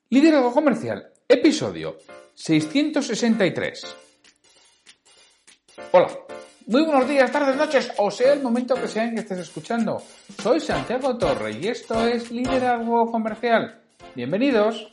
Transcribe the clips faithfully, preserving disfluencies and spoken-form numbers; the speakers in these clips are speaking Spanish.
Liderazgo Comercial, episodio seiscientos sesenta y tres. Hola, muy buenos días, tardes, noches, o sea el momento que sea en que estés escuchando. Soy Santiago Torre y esto es Liderazgo Comercial. Bienvenidos.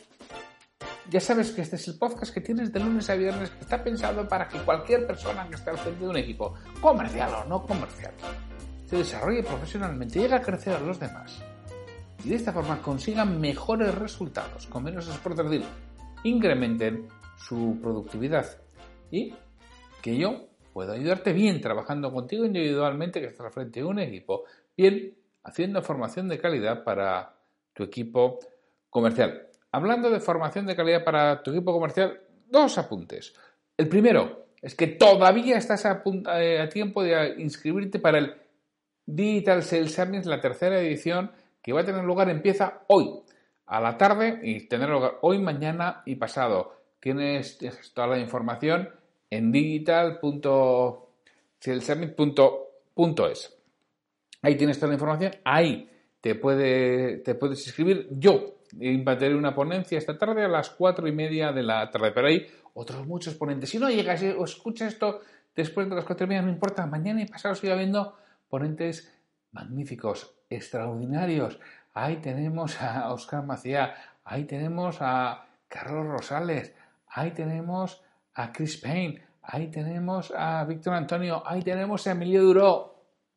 Ya sabes que este es el podcast que tienes de lunes a viernes, que está pensado para que cualquier persona que esté al frente de un equipo, comercial o no comercial, se desarrolle profesionalmente y llegue a crecer a los demás. Y de esta forma consigan mejores resultados, con menos esfuerzo, es decir, incrementen su productividad. Y que yo puedo ayudarte bien trabajando contigo individualmente, que estás al frente de un equipo, bien haciendo formación de calidad para tu equipo comercial. Hablando de formación de calidad para tu equipo comercial, dos apuntes. El primero es que todavía estás a, a tiempo de inscribirte para el Digital Sales Summit, la tercera edición, que va a tener lugar, empieza hoy a la tarde y tendrá lugar hoy, mañana y pasado. Tienes, tienes toda la información en digital punto sales summit punto es. Ahí tienes toda la información, ahí te, puede, te puedes inscribir. Yo impartiré una ponencia esta tarde a las cuatro y media de la tarde, pero hay otros muchos ponentes. Si no llegas o escuchas esto después de las cuatro y media, no importa, mañana y pasado sigue habiendo ponentes magníficos, extraordinarios. Ahí tenemos a Óscar Maciá, ahí tenemos a Carlos Rosales, ahí tenemos a Chris Payne, ahí tenemos a Víctor Antonio, ahí tenemos a Emilio Duró.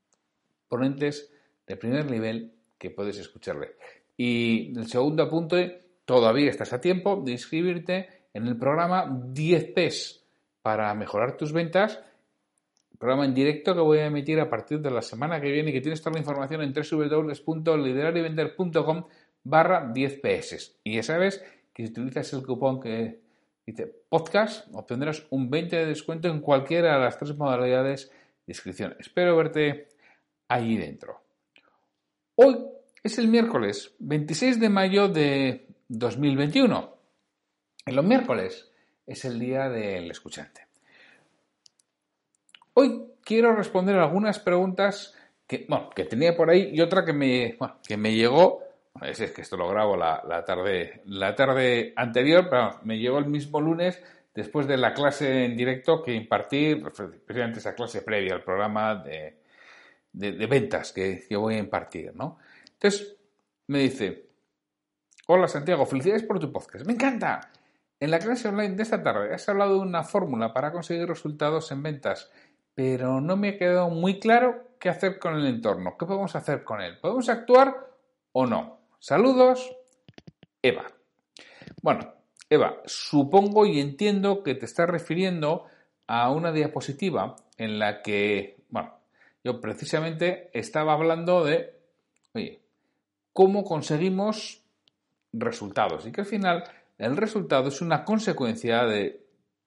Ponentes de primer nivel que puedes escucharle. Y el segundo apunte, todavía estás a tiempo de inscribirte en el programa diez P's para mejorar tus ventas. Programa en directo que voy a emitir a partir de la semana que viene y que tienes toda la información en doble u doble u doble u punto liderar y vender punto com barra diez P S. Y ya sabes que si utilizas el cupón que dice podcast, obtendrás un veinte por ciento de descuento en cualquiera de las tres modalidades de inscripción. Espero verte allí dentro. Hoy es el miércoles veintiséis de mayo de dos mil veintiuno. Y los miércoles es el día del escuchante. Hoy quiero responder algunas preguntas que, bueno, que tenía por ahí y otra que me, bueno, que me llegó. Es, es que esto lo grabo la, la, tarde, la tarde anterior, pero me llegó el mismo lunes después de la clase en directo que impartí, precisamente esa clase previa al programa de, de, de ventas que, que voy a impartir, ¿no? Entonces me dice: hola Santiago, felicidades por tu podcast, me encanta. En la clase online de esta tarde has hablado de una fórmula para conseguir resultados en ventas, pero no me ha quedado muy claro qué hacer con el entorno. ¿Qué podemos hacer con él? ¿Podemos actuar o no? Saludos, Eva. Bueno, Eva, supongo y entiendo que te estás refiriendo a una diapositiva en la que, bueno, yo precisamente estaba hablando de, oye, cómo conseguimos resultados y que al final el resultado es una consecuencia de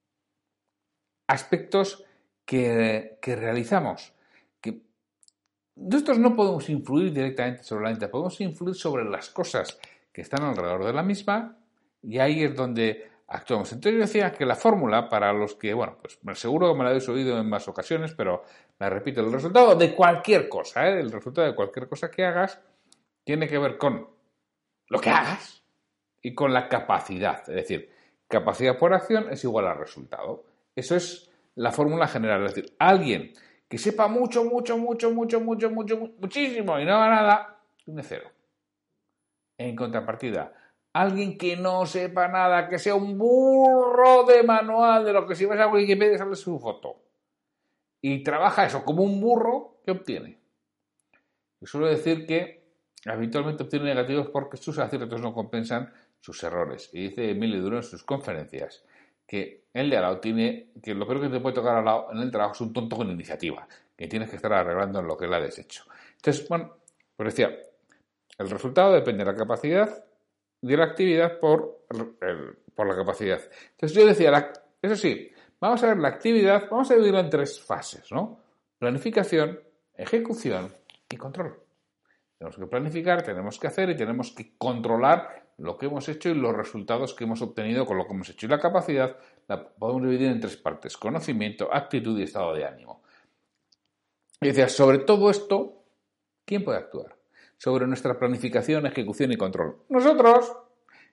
aspectos que, que realizamos. Que nosotros no podemos influir directamente sobre la venta, podemos influir sobre las cosas que están alrededor de la misma y ahí es donde actuamos. Entonces yo decía que la fórmula, para los que, bueno, pues seguro que me la habéis oído en más ocasiones, pero la repito, el resultado de cualquier cosa, ¿eh? el resultado de cualquier cosa que hagas tiene que ver con lo que hagas y con la capacidad. Es decir, capacidad por acción es igual a resultado. Eso es la fórmula general. Es decir, alguien que sepa mucho, mucho, mucho, mucho, mucho, mucho, muchísimo y no haga nada, tiene cero. En contrapartida, alguien que no sepa nada, que sea un burro de manual de lo que si vas a Wikipedia sale su foto y trabaja eso como un burro, ¿qué obtiene? Yo suelo decir que habitualmente obtiene negativos porque sus aciertos no compensan sus errores. Y dice Emilio Duró en sus conferencias que el de al lado tiene, que lo peor que te puede tocar al lado en el trabajo es un tonto con iniciativa, que tienes que estar arreglando en lo que él ha deshecho. Entonces, bueno, pues decía, el resultado depende de la capacidad de la actividad por, el, por la capacidad. Entonces yo decía, la, eso sí, vamos a ver la actividad, vamos a dividirla en tres fases, ¿no? Planificación, ejecución y control. Tenemos que planificar, tenemos que hacer y tenemos que controlar lo que hemos hecho y los resultados que hemos obtenido con lo que hemos hecho. Y la capacidad la podemos dividir en tres partes: conocimiento, actitud y estado de ánimo. Y decía, sobre todo esto, ¿quién puede actuar? Sobre nuestra planificación, ejecución y control. Nosotros.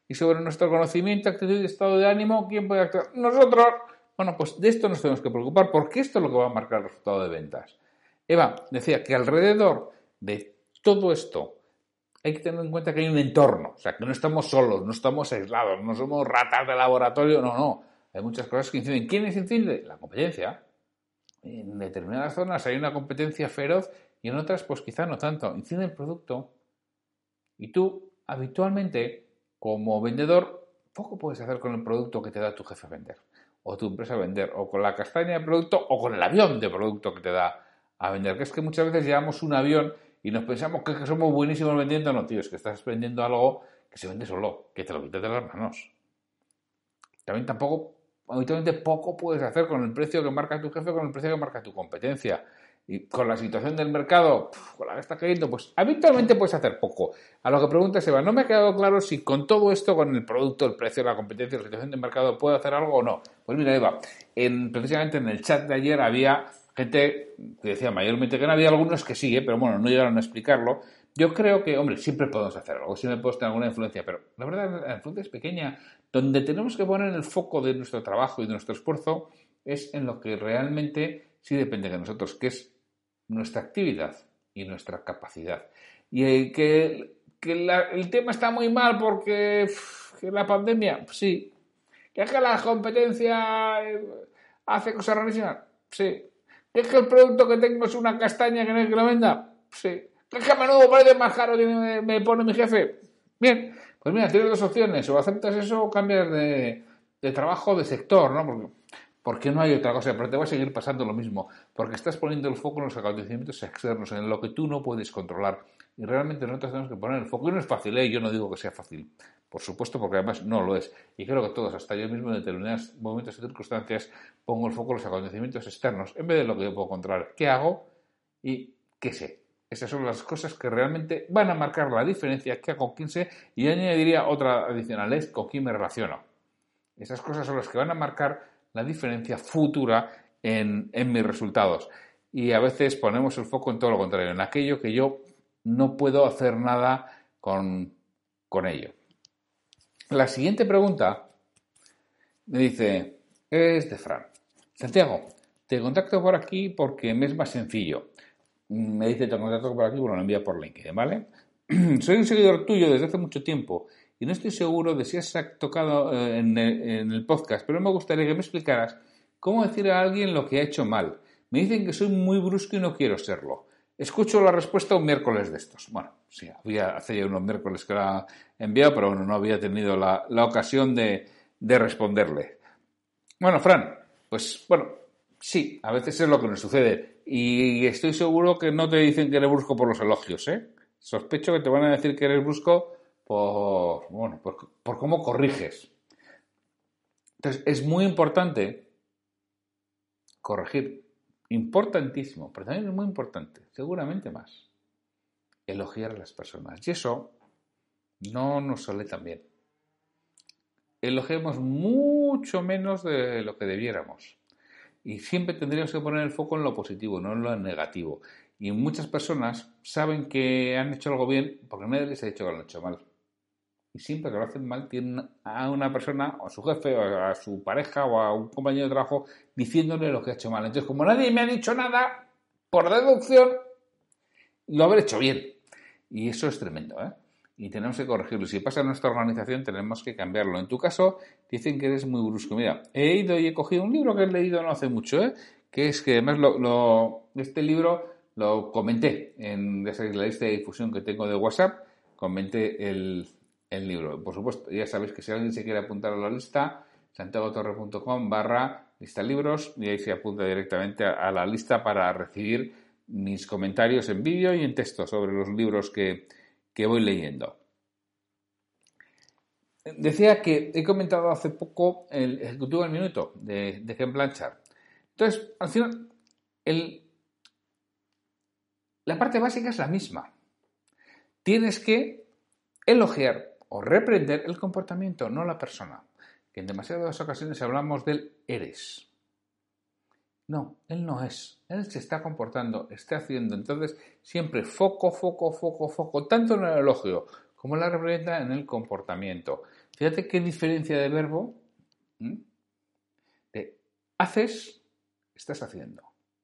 Y sobre nuestro conocimiento, actitud y estado de ánimo, ¿quién puede actuar? ¡Nosotros! Bueno, pues de esto nos tenemos que preocupar porque esto es lo que va a marcar el resultado de ventas. Eva decía que alrededor de todo esto hay que tener en cuenta que hay un entorno, o sea, que no estamos solos, no estamos aislados, no somos ratas de laboratorio, no, no. Hay muchas cosas que inciden. ¿Quiénes inciden? La competencia. En determinadas zonas hay una competencia feroz y en otras, pues quizá no tanto. Incide el producto. Y tú, habitualmente, como vendedor, poco puedes hacer con el producto que te da tu jefe a vender, o tu empresa a vender, o con la castaña de producto, o con el avión de producto que te da a vender. Que es que muchas veces llevamos un avión y nos pensamos que, que somos buenísimos vendiendo. No, tío, es que estás vendiendo algo que se vende solo, que te lo quites de las manos. También tampoco, habitualmente poco puedes hacer con el precio que marca tu jefe, con el precio que marca tu competencia. Y con la situación del mercado, puf, con la que está cayendo, pues habitualmente puedes hacer poco. A lo que pregunta Eva, no me ha quedado claro si con todo esto, con el producto, el precio, la competencia, la situación del mercado, puedo hacer algo o no. Pues mira, Eva, en, precisamente en el chat de ayer había gente que decía mayormente que no, había algunos que sí, ¿eh? Pero bueno, no llegaron a explicarlo. Yo creo que, hombre, siempre podemos hacer algo, siempre podemos tener alguna influencia, pero la verdad la influencia es pequeña. Donde tenemos que poner el foco de nuestro trabajo y de nuestro esfuerzo es en lo que realmente sí depende de nosotros, que es nuestra actividad y nuestra capacidad. Y eh, que, que la, el tema está muy mal porque uf, que la pandemia, pues sí. Que es que la competencia hace cosas rarísimas, sí. Que es que el producto que tengo es una castaña que no hay que lo venda, sí. Que es que a menudo parece más caro que me, me pone mi jefe. Bien, pues mira, tienes dos opciones, o aceptas eso o cambias de, de trabajo, de sector, ¿no? Porque Porque no hay otra cosa, pero te va a seguir pasando lo mismo, porque estás poniendo el foco en los acontecimientos externos, en lo que tú no puedes controlar. Y realmente nosotros tenemos que poner el foco. Y no es fácil, ¿eh? Yo no digo que sea fácil, por supuesto, porque además no lo es. Y creo que todos, hasta yo mismo, en determinados momentos y circunstancias, pongo el foco en los acontecimientos externos, en vez de lo que yo puedo controlar. ¿Qué hago? ¿Y qué sé? Esas son las cosas que realmente van a marcar la diferencia, qué hago, quién sé, y añadiría otra adicional, es con quién me relaciono. Esas cosas son las que van a marcar la diferencia futura en, en mis resultados. Y a veces ponemos el foco en todo lo contrario, en aquello que yo no puedo hacer nada con, con ello. La siguiente pregunta me dice, es de Fran. Santiago, te contacto por aquí porque me es más sencillo. Me dice, te contacto por aquí, bueno, lo envía por LinkedIn, ¿vale? Soy un seguidor tuyo desde hace mucho tiempo y no estoy seguro de si has tocado eh, en, el, en el podcast, pero me gustaría que me explicaras cómo decir a alguien lo que ha hecho mal. Me dicen que soy muy brusco y no quiero serlo. Escucho la respuesta un miércoles de estos. Bueno, sí, había hace ya unos miércoles que la he enviado, pero bueno, no había tenido la, la ocasión de, de responderle. Bueno, Fran, pues bueno, sí, a veces es lo que nos sucede. Y estoy seguro que no te dicen que eres brusco por los elogios, ¿eh? Sospecho que te van a decir que eres brusco por, bueno, por, por cómo corriges. Entonces, es muy importante corregir. Importantísimo, pero también es muy importante, seguramente más, elogiar a las personas. Y eso no nos sale tan bien. Elogiamos mucho menos de lo que debiéramos. Y siempre tendríamos que poner el foco en lo positivo, no en lo negativo. Y muchas personas saben que han hecho algo bien porque nadie les ha dicho que lo han hecho mal. Y siempre que lo hacen mal tienen a una persona, o a su jefe, o a su pareja, o a un compañero de trabajo diciéndole lo que ha hecho mal. Entonces, como nadie me ha dicho nada, por deducción, lo habré hecho bien. Y eso es tremendo, ¿eh? Y tenemos que corregirlo. Si pasa en nuestra organización, tenemos que cambiarlo. En tu caso, dicen que eres muy brusco. Mira, he ido y he cogido un libro que he leído no hace mucho, ¿eh? Que es que además lo, lo, este libro lo comenté en esa, la lista de difusión que tengo de WhatsApp. Comenté el, el libro. Por supuesto, ya sabéis que si alguien se quiere apuntar a la lista, santiagotorre.com barra lista libros, y ahí se apunta directamente a, a la lista para recibir mis comentarios en vídeo y en texto sobre los libros que que voy leyendo. Decía que he comentado hace poco el Ejecutivo al Minuto de, de Ken Blanchard. Entonces, al final, el, la parte básica es la misma. Tienes que elogiar o reprender el comportamiento, no la persona. Que en demasiadas ocasiones hablamos del eres. No, él no es. Él se está comportando, está haciendo. Entonces, siempre foco, foco, foco, foco, tanto en el elogio ¿Cómo la representa en el comportamiento? Fíjate qué diferencia de verbo. ¿Mm? De haces, estás haciendo.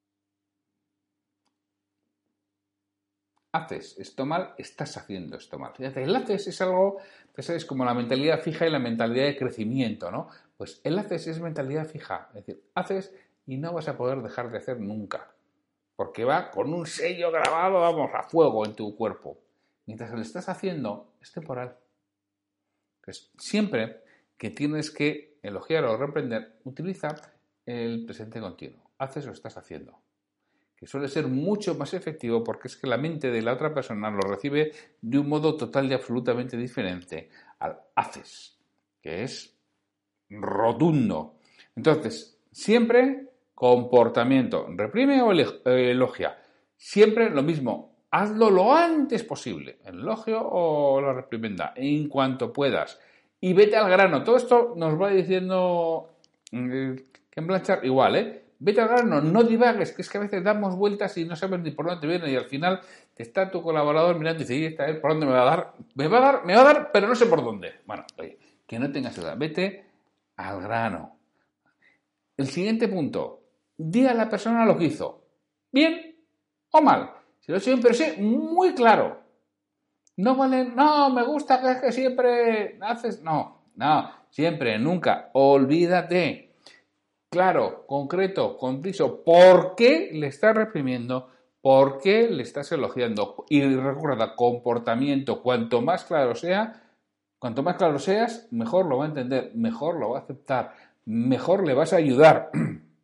Haces esto mal, estás haciendo esto mal. Fíjate, el haces es algo, pues es como la mentalidad fija y la mentalidad de crecimiento, ¿no? Pues el haces es mentalidad fija. Es decir, haces y no vas a poder dejar de hacer nunca. Porque va con un sello grabado, vamos, a fuego en tu cuerpo. Mientras lo estás haciendo, es temporal. Pues siempre que tienes que elogiar o reprender, utiliza el presente continuo. Haces o estás haciendo. Que suele ser mucho más efectivo porque es que la mente de la otra persona lo recibe de un modo total y absolutamente diferente al haces, que es rotundo. Entonces, siempre comportamiento, reprime o elogia. Siempre lo mismo, hazlo lo antes posible, el elogio o la reprimenda, en cuanto puedas. Y vete al grano. Todo esto nos va diciendo eh, Ken Blanchard igual, ¿eh? Vete al grano, no divagues, que es que a veces damos vueltas y no sabes ni por dónde te viene y al final te está tu colaborador mirando y dice, esta vez por dónde me va a dar, me va a dar, me va a dar, pero no sé por dónde. Bueno, oye, que no tengas duda, vete al grano. El siguiente punto, di a la persona lo que hizo, bien o mal. Si lo he hecho bien, pero sí, muy claro. No vale, no, me gusta que es que siempre haces, no, no, siempre, nunca, olvídate. Claro, concreto, conciso. ¿Por qué le estás reprimiendo? ¿Por qué le estás elogiando? Y recuerda, comportamiento. Cuanto más claro sea, cuanto más claro seas, mejor lo va a entender, mejor lo va a aceptar, mejor le vas a ayudar.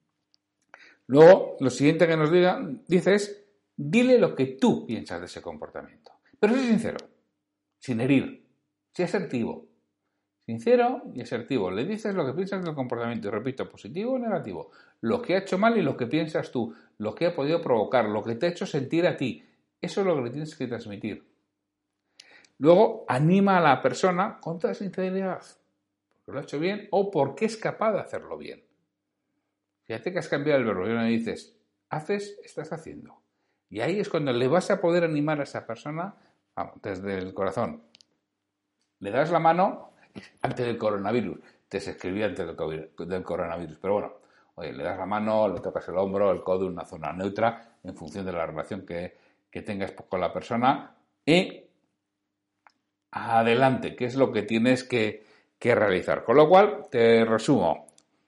Luego, lo siguiente que nos diga, dice es, dile lo que tú piensas de ese comportamiento. Pero sé sincero, sin herir, sé asertivo. Sincero y asertivo. Le dices lo que piensas del comportamiento. Y repito, positivo o negativo. Lo que ha hecho mal y lo que piensas tú. Lo que ha podido provocar. Lo que te ha hecho sentir a ti. Eso es lo que le tienes que transmitir. Luego, anima a la persona con toda sinceridad. Porque lo ha hecho bien o porque es capaz de hacerlo bien. Fíjate que has cambiado el verbo. Y ahora dices, haces, estás haciendo. Y ahí es cuando le vas a poder animar a esa persona, vamos, desde el corazón. Le das la mano antes del coronavirus. Te se escribía antes del coronavirus. Pero bueno, oye, le das la mano, le tocas el hombro, el codo, una zona neutra, en función de la relación que, que tengas con la persona. Y adelante, que es lo que tienes que, que realizar. Con lo cual, te resumo.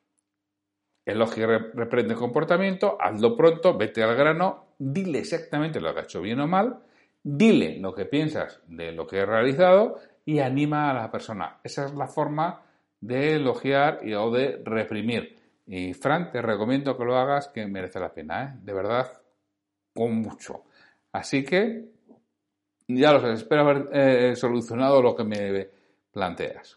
Elogia y reprende el comportamiento, hazlo pronto, vete al grano, dile exactamente lo que ha hecho bien o mal, dile lo que piensas de lo que he realizado y anima a la persona. Esa es la forma de elogiar y, o de reprimir. Y Fran, te recomiendo que lo hagas, que merece la pena, ¿eh? De verdad, con mucho. Así que, ya lo sé, espero haber eh, solucionado lo que me planteas.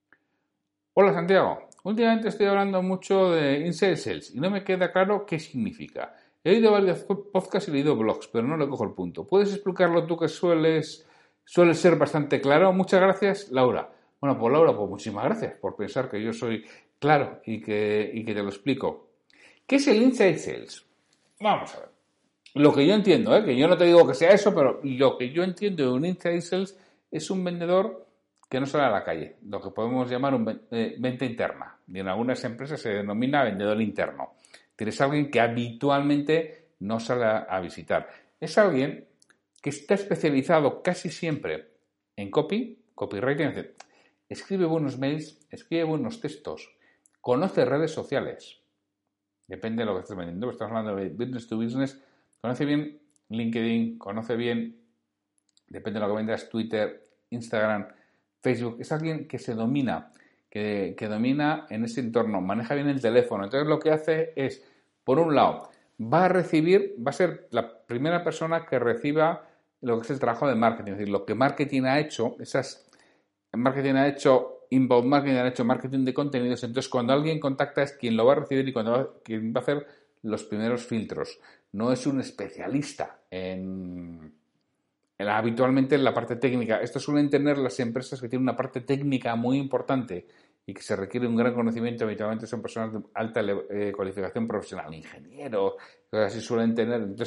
Hola Santiago, últimamente estoy hablando mucho de Inside Sales y no me queda claro qué significa. He oído varios podcasts y leído blogs, pero no le cojo el punto. ¿Puedes explicarlo tú que sueles, sueles ser bastante claro? Muchas gracias, Laura. Bueno, pues Laura, pues muchísimas gracias por pensar que yo soy claro y que, y que te lo explico. ¿Qué es el Inside Sales? Vamos a ver. Lo que yo entiendo, ¿eh? Que yo no te digo que sea eso, pero lo que yo entiendo de un Inside Sales es un vendedor que no sale a la calle, lo que podemos llamar un eh, venta interna. Y en algunas empresas se denomina vendedor interno. Es alguien que habitualmente no sale a, a visitar. Es alguien que está especializado casi siempre en copy, copywriting, es decir, escribe buenos mails, escribe buenos textos, conoce redes sociales. Depende de lo que estés vendiendo. Estamos hablando de business to business. Conoce bien LinkedIn, conoce bien, depende de lo que vendas, Twitter, Instagram, Facebook. Es alguien que se domina, que, que domina en ese entorno, maneja bien el teléfono. Entonces lo que hace es, por un lado, va a recibir, va a ser la primera persona que reciba lo que es el trabajo de marketing. Es decir, lo que marketing ha hecho, esas marketing ha hecho, inbound marketing ha hecho marketing de contenidos. Entonces cuando alguien contacta es quien lo va a recibir y cuando va, quien va a hacer los primeros filtros. No es un especialista en, en habitualmente en la parte técnica. Esto suelen tener las empresas que tienen una parte técnica muy importante y que se requiere un gran conocimiento. Habitualmente son personas de alta eh, cualificación profesional, ingenieros, cosas así suelen tener. Entonces,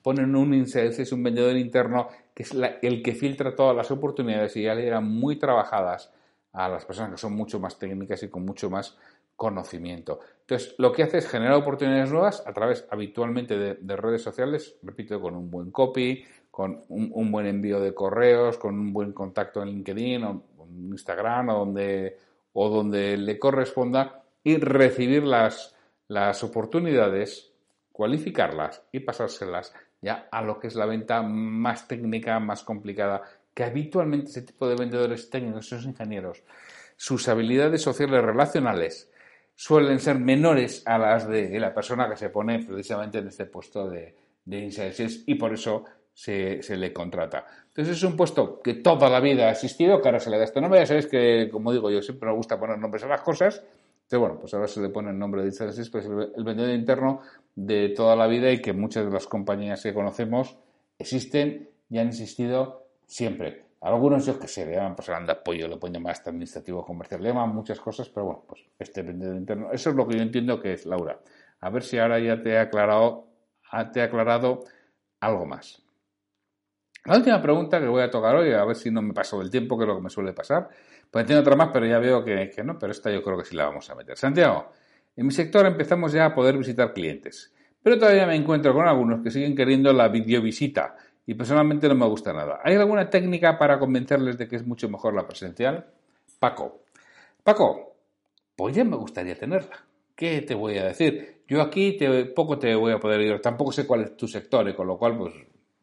ponen un inside sales, un vendedor interno, que es la, el que filtra todas las oportunidades y ya le llegan muy trabajadas a las personas que son mucho más técnicas y con mucho más conocimiento. Entonces, lo que hace es generar oportunidades nuevas a través habitualmente de, de redes sociales, repito, con un buen copy, con un, un buen envío de correos, con un buen contacto en LinkedIn o en Instagram o donde, o donde le corresponda, y recibir las, las oportunidades, cualificarlas y pasárselas ya a lo que es la venta más técnica, más complicada, que habitualmente ese tipo de vendedores técnicos, esos ingenieros, sus habilidades sociales relacionales suelen ser menores a las de la persona que se pone precisamente en este puesto de, de inside sales, y por eso se, se le contrata. Entonces es un puesto que toda la vida ha existido, que ahora se le da este nombre. Ya sabéis que, como digo yo, siempre me gusta poner nombres a las cosas. Entonces, bueno, pues ahora se le pone el nombre de inside sales, pues el, el vendedor interno de toda la vida, y que muchas de las compañías que conocemos existen y han existido siempre. Algunos, yo que sé, le llaman pues anda apoyo, le pueden llamar hasta administrativo comercial, le llaman muchas cosas, pero bueno, pues este vendedor interno, eso es lo que yo entiendo que es, Laura. A ver si ahora ya te he aclarado, te he aclarado algo más. La última pregunta que voy a tocar hoy, a ver si no me paso del tiempo, que es lo que me suele pasar. Pues tengo otra más, pero ya veo que, que no, pero esta yo creo que sí la vamos a meter. Santiago, en mi sector empezamos ya a poder visitar clientes, pero todavía me encuentro con algunos que siguen queriendo la videovisita y personalmente no me gusta nada. ¿Hay alguna técnica para convencerles de que es mucho mejor la presencial? Paco. Paco, pues ya me gustaría tenerla. ¿Qué te voy a decir? Yo aquí te, poco te voy a poder ir, tampoco sé cuál es tu sector, ¿eh? Con lo cual, pues,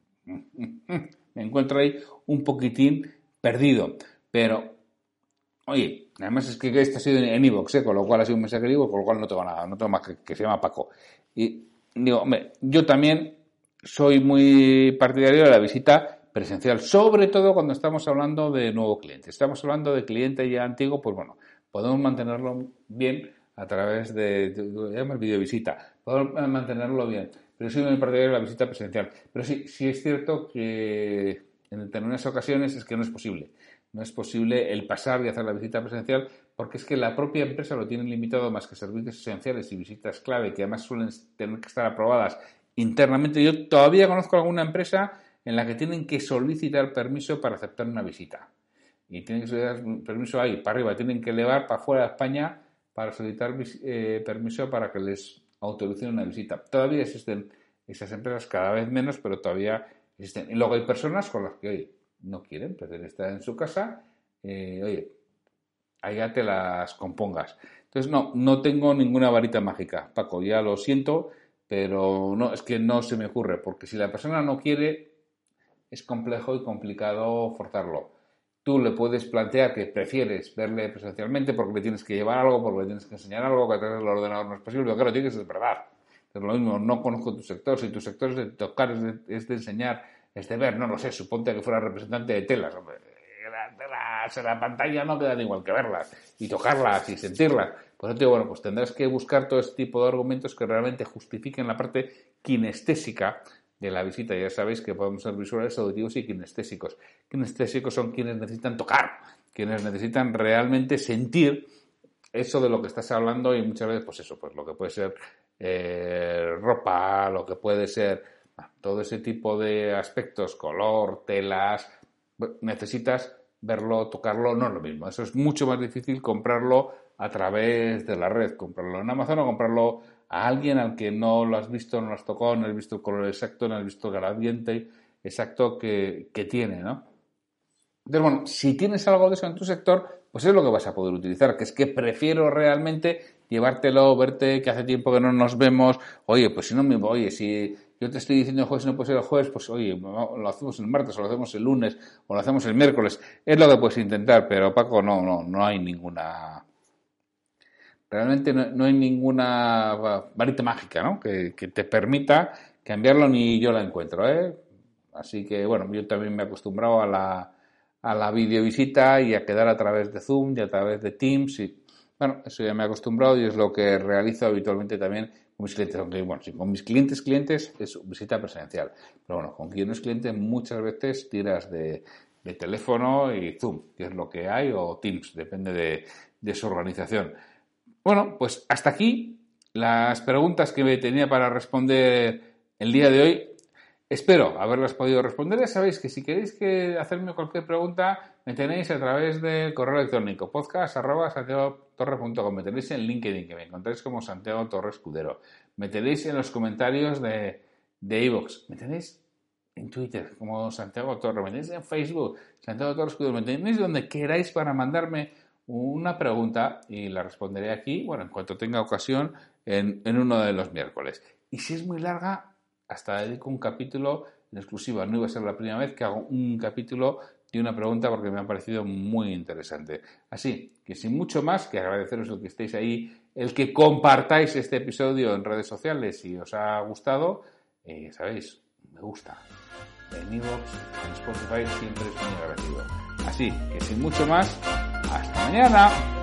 me encuentro ahí un poquitín perdido. Pero, oye, además es que esto ha sido en iVoox, ¿eh? Con lo cual ha sido un mensaje de iVoox, con lo cual no tengo nada, no tengo más que, que se llama Paco. Y digo, hombre, yo también soy muy partidario de la visita presencial, sobre todo cuando estamos hablando de nuevo cliente. Estamos hablando de cliente ya antiguo, pues bueno, podemos mantenerlo bien a través de, de, de, de videovisita, podemos mantenerlo bien, pero soy muy partidario de la visita presencial. Pero sí, sí es cierto que en determinadas ocasiones es que no es posible. No es posible el pasar y hacer la visita presencial, porque es que la propia empresa lo tiene limitado más que servicios esenciales y visitas clave, que además suelen tener que estar aprobadas internamente. Yo todavía conozco alguna empresa en la que tienen que solicitar permiso para aceptar una visita. Y tienen que solicitar permiso ahí, para arriba. Tienen que elevar para fuera de España para solicitar eh, permiso para que les autoricen una visita. Todavía existen esas empresas, cada vez menos, pero todavía existen. Y luego hay personas con las que, oye, no quieren, prefieren estar en su casa, eh, oye, allá te las compongas. Entonces, no, no tengo ninguna varita mágica, Paco, ya lo siento, pero no, es que no se me ocurre, porque si la persona no quiere, es complejo y complicado forzarlo. Tú le puedes plantear que prefieres verle presencialmente porque le tienes que llevar algo, porque le tienes que enseñar algo, que a través del ordenador no es posible, pero claro, tienes que ser verdad. Es lo mismo, no conozco tu sector, si tu sector es de tocar, es de, es de enseñar, es de ver, no lo sé, suponte que fuera representante de telas, hombre, la, la pantalla no queda igual que verlas, y tocarlas, y sentirlas. Por eso te digo, bueno, pues tendrás que buscar todo este tipo de argumentos que realmente justifiquen la parte kinestésica de la visita. Ya sabéis que podemos ser visuales, auditivos y kinestésicos. Kinestésicos son quienes necesitan tocar, quienes necesitan realmente sentir eso de lo que estás hablando, y muchas veces, pues eso, pues lo que puede ser eh, ropa, lo que puede ser todo ese tipo de aspectos, color, telas, necesitas verlo, tocarlo, no es lo mismo. Eso es mucho más difícil comprarlo a través de la red, comprarlo en Amazon o comprarlo a alguien al que no lo has visto, no lo has tocado, no has visto el color exacto, no has visto el gradiente exacto que, que tiene, ¿no? Entonces, bueno, si tienes algo de eso en tu sector, pues es lo que vas a poder utilizar, que es que prefiero realmente llevártelo, verte, que hace tiempo que no nos vemos, oye, pues si no me, oye, si yo te estoy diciendo el jueves y no puede ser el jueves, pues oye, lo hacemos el martes, o lo hacemos el lunes, o lo hacemos el miércoles, es lo que puedes intentar, pero Paco, no, no, no hay ninguna, realmente no, no hay ninguna varita mágica, ¿no?, que, que te permita cambiarlo, ni yo la encuentro, ¿eh? Así que, bueno, yo también me he acostumbrado a la a la videovisita y a quedar a través de Zoom y a través de Teams, y bueno, eso ya me he acostumbrado y es lo que realizo habitualmente también con mis clientes, aunque bueno, si con mis clientes clientes es visita presencial, pero bueno, con quien no es cliente muchas veces tiras de, de teléfono y Zoom, que es lo que hay, o Teams, depende de, de su organización. Bueno, pues hasta aquí las preguntas que me tenía para responder el día de hoy. Espero haberlas podido responder. Ya sabéis que si queréis que hacerme cualquier pregunta, me tenéis a través del correo electrónico podcast arroba santiago torre punto com. Me tenéis en LinkedIn, que me encontráis como Santiago Torres Escudero. Me tenéis en los comentarios de de iVoox. Me tenéis en Twitter como Santiago Torre. Me tenéis en Facebook, Santiago Torres Escudero. Me tenéis donde queráis para mandarme una pregunta y la responderé aquí, bueno, en cuanto tenga ocasión, en, en uno de los miércoles. Y si es muy larga, hasta dedico un capítulo en exclusiva. No iba a ser la primera vez que hago un capítulo de una pregunta porque me ha parecido muy interesante. Así que sin mucho más, que agradeceros el que estéis ahí, el que compartáis este episodio en redes sociales si os ha gustado, eh, sabéis, me gusta. En iVoox, en Spotify siempre es muy agradecido. Así que sin mucho más, hasta mañana.